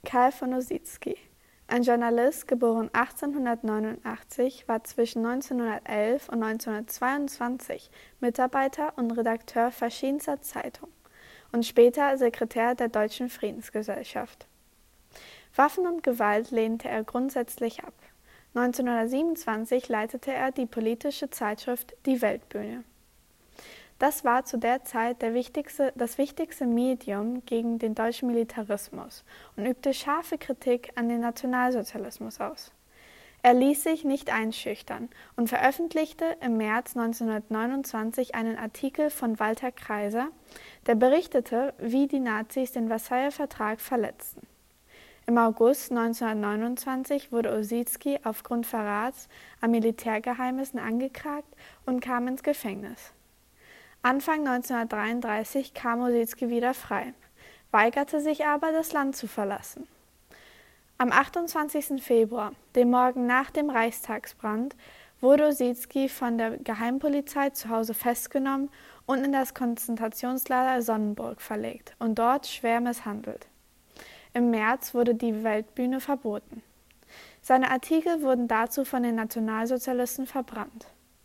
Karl von Ossietzky. Ein Journalist, geboren 1889, war zwischen 1911 und 1922 Mitarbeiter und Redakteur verschiedenster Zeitungen und später Sekretär der Deutschen Friedensgesellschaft. Waffen und Gewalt lehnte er grundsätzlich ab. 1927 leitete er die politische Zeitschrift Die Weltbühne. Das war zu der Zeit das wichtigste Medium gegen den deutschen Militarismus und übte scharfe Kritik an den Nationalsozialismus aus. Er ließ sich nicht einschüchtern und veröffentlichte im März 1929 einen Artikel von Walter Kreiser, der berichtete, wie die Nazis den Versailler Vertrag verletzten. Im August 1929 wurde Ossietzky aufgrund Verrats an Militärgeheimnissen angeklagt und kam ins Gefängnis. Anfang 1933 kam Ossietzky wieder frei, weigerte sich aber, das Land zu verlassen. Am 28. Februar, dem Morgen nach dem Reichstagsbrand, wurde Ossietzky von der Geheimpolizei zu Hause festgenommen und in das Konzentrationslager Sonnenburg verlegt und dort schwer misshandelt. Im März wurde die Weltbühne verboten. Seine Artikel wurden dazu von den Nationalsozialisten verbrannt.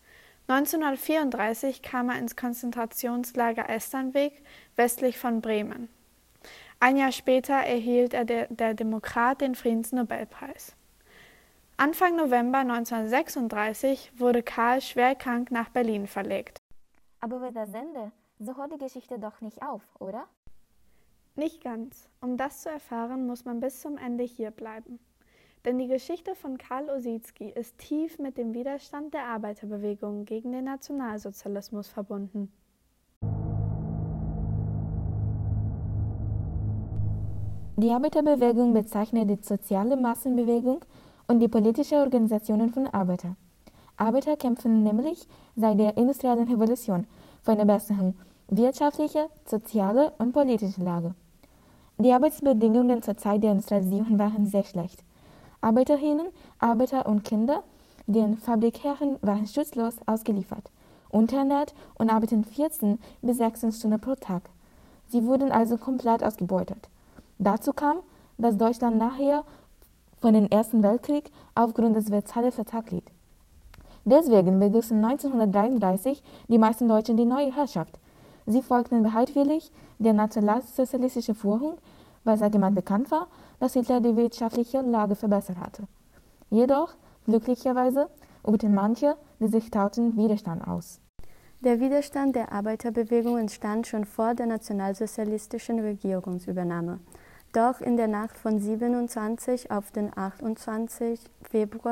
1934 kam er ins Konzentrationslager Esternweg westlich von Bremen. Ein Jahr später erhielt der Demokrat den Friedensnobelpreis. Anfang November 1936 wurde Karl schwer krank nach Berlin verlegt. Aber wird das Ende? So hört die Geschichte doch nicht auf, oder? Nicht ganz. Um das zu erfahren, muss man bis zum Ende hier bleiben. Denn die Geschichte von Karl Ossietzky ist tief mit dem Widerstand der Arbeiterbewegung gegen den Nationalsozialismus verbunden. Die Arbeiterbewegung bezeichnet die soziale Massenbewegung und die politische Organisation von Arbeitern. Arbeiter kämpfen nämlich seit der industriellen Revolution für eine bessere wirtschaftliche, soziale und politische Lage. Die Arbeitsbedingungen zur Zeit der Industrialisierung waren sehr schlecht. Arbeiterinnen, Arbeiter und Kinder, den Fabrikherren waren schutzlos ausgeliefert, unterernährt und arbeiteten 14 bis 16 Stunden pro Tag. Sie wurden also komplett ausgebeutet. Dazu kam, dass Deutschland nachher von dem Ersten Weltkrieg aufgrund des Versailler Vertrags litt. Deswegen begrüßten 1933 die meisten Deutschen die neue Herrschaft. Sie folgten bereitwillig der nationalsozialistischen Führung, weil allgemein bekannt war, dass Hitler die wirtschaftliche Lage verbessert hatte. Jedoch, glücklicherweise, übten manche, die sich trauten, Widerstand aus. Der Widerstand der Arbeiterbewegung entstand schon vor der nationalsozialistischen Regierungsübernahme. Doch in der Nacht von 27 auf den 28. Februar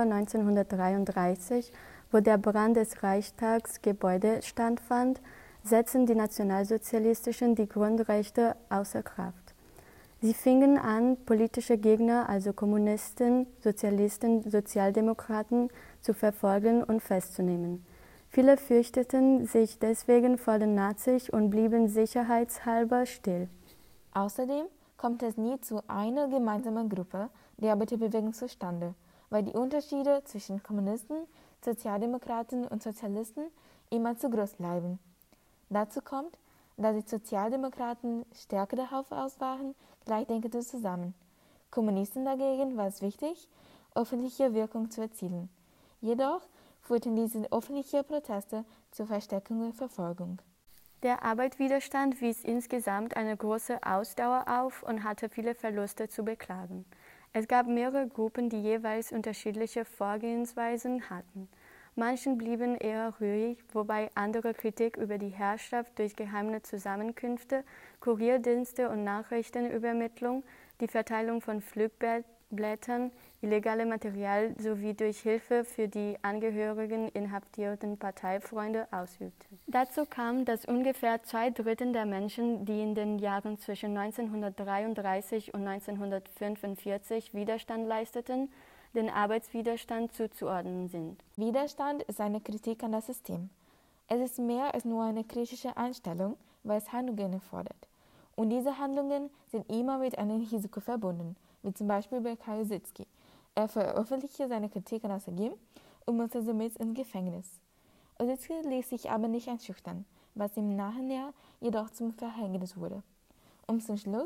1933, wo der Brand des Reichstagsgebäudes stattfand, setzten die Nationalsozialistischen die Grundrechte außer Kraft. Sie fingen an, politische Gegner, also Kommunisten, Sozialisten, Sozialdemokraten, zu verfolgen und festzunehmen. Viele fürchteten sich deswegen vor den Nazis und blieben sicherheitshalber still. Außerdem kommt es nie zu einer gemeinsamen Gruppe der Arbeiterbewegung zustande, weil die Unterschiede zwischen Kommunisten, Sozialdemokraten und Sozialisten immer zu groß bleiben. Dazu kommt, dass die Sozialdemokraten stärker darauf aus waren, Gleichdenkende zusammen. Kommunisten dagegen war es wichtig, öffentliche Wirkung zu erzielen. Jedoch führten diese öffentlichen Proteste zur Verstärkung der Verfolgung. Der Arbeiterwiderstand wies insgesamt eine große Ausdauer auf und hatte viele Verluste zu beklagen. Es gab mehrere Gruppen, die jeweils unterschiedliche Vorgehensweisen hatten. Manchen blieben eher ruhig, wobei andere Kritik über die Herrschaft durch geheime Zusammenkünfte, Kurierdienste und Nachrichtenübermittlung, die Verteilung von Flugblättern, illegale Material sowie durch Hilfe für die Angehörigen inhaftierten Parteifreunde ausübten. Dazu kam, dass ungefähr 2/3 der Menschen, die in den Jahren zwischen 1933 und 1945 Widerstand leisteten, den Arbeitswiderstand zuzuordnen sind. Widerstand ist eine Kritik an das System. Es ist mehr als nur eine kritische Einstellung, weil es Handlungen erfordert. Und diese Handlungen sind immer mit einem Risiko verbunden, wie zum Beispiel bei Karl Ossietzky. Er veröffentlichte seine Kritik an das Regime und musste somit ins Gefängnis. Ossietzky ließ sich aber nicht einschüchtern, was im Nachhinein jedoch zum Verhängnis wurde. Und zum Schluss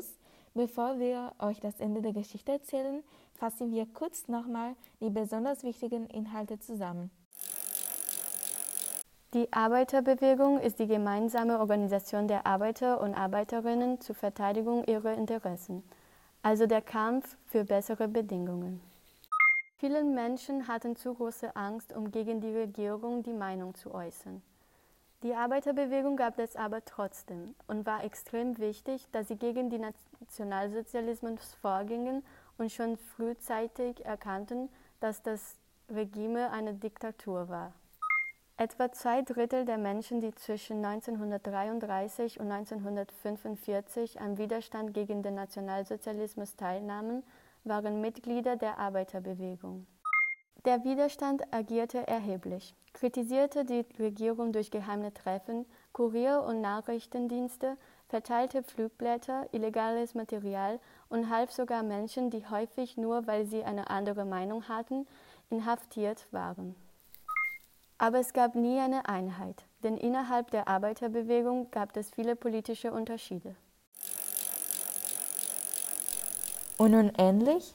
Bevor wir euch das Ende der Geschichte erzählen, fassen wir kurz nochmal die besonders wichtigen Inhalte zusammen. Die Arbeiterbewegung ist die gemeinsame Organisation der Arbeiter und Arbeiterinnen zur Verteidigung ihrer Interessen, also der Kampf für bessere Bedingungen. Viele Menschen hatten zu große Angst, um gegen die Regierung die Meinung zu äußern. Die Arbeiterbewegung gab es aber trotzdem und war extrem wichtig, da sie gegen den Nationalsozialismus vorgingen und schon frühzeitig erkannten, dass das Regime eine Diktatur war. Etwa 2/3 der Menschen, die zwischen 1933 und 1945 am Widerstand gegen den Nationalsozialismus teilnahmen, waren Mitglieder der Arbeiterbewegung. Der Widerstand agierte erheblich, kritisierte die Regierung durch geheime Treffen, Kurier- und Nachrichtendienste, verteilte Flugblätter, illegales Material und half sogar Menschen, die häufig nur, weil sie eine andere Meinung hatten, inhaftiert waren. Aber es gab nie eine Einheit, denn innerhalb der Arbeiterbewegung gab es viele politische Unterschiede. Und nun endlich?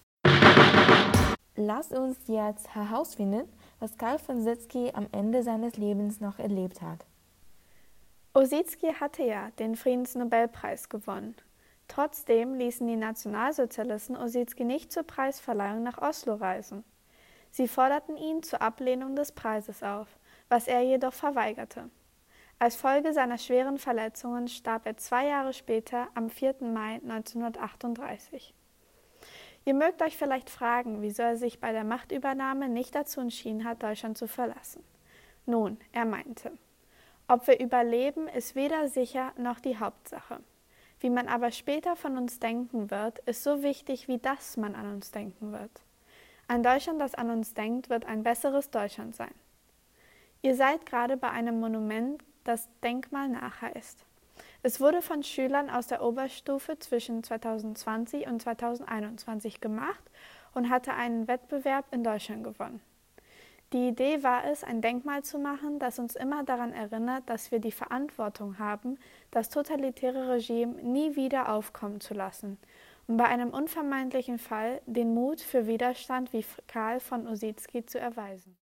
Lasst uns jetzt herausfinden, was Karl von Ossietzky am Ende seines Lebens noch erlebt hat. Ossietzky hatte ja den Friedensnobelpreis gewonnen. Trotzdem ließen die Nationalsozialisten Ossietzky nicht zur Preisverleihung nach Oslo reisen. Sie forderten ihn zur Ablehnung des Preises auf, was er jedoch verweigerte. Als Folge seiner schweren Verletzungen starb er 2 Jahre später am 4. Mai 1938. Ihr mögt euch vielleicht fragen, wieso er sich bei der Machtübernahme nicht dazu entschieden hat, Deutschland zu verlassen. Nun, er meinte, ob wir überleben, ist weder sicher noch die Hauptsache. Wie man aber später von uns denken wird, ist so wichtig, wie das man an uns denken wird. Ein Deutschland, das an uns denkt, wird ein besseres Deutschland sein. Ihr seid gerade bei einem Monument, das Denkmal nachheißt. Es wurde von Schülern aus der Oberstufe zwischen 2020 und 2021 gemacht und hatte einen Wettbewerb in Deutschland gewonnen. Die Idee war es, ein Denkmal zu machen, das uns immer daran erinnert, dass wir die Verantwortung haben, das totalitäre Regime nie wieder aufkommen zu lassen und bei einem unvermeidlichen Fall den Mut für Widerstand wie Karl von Ossietzky zu erweisen.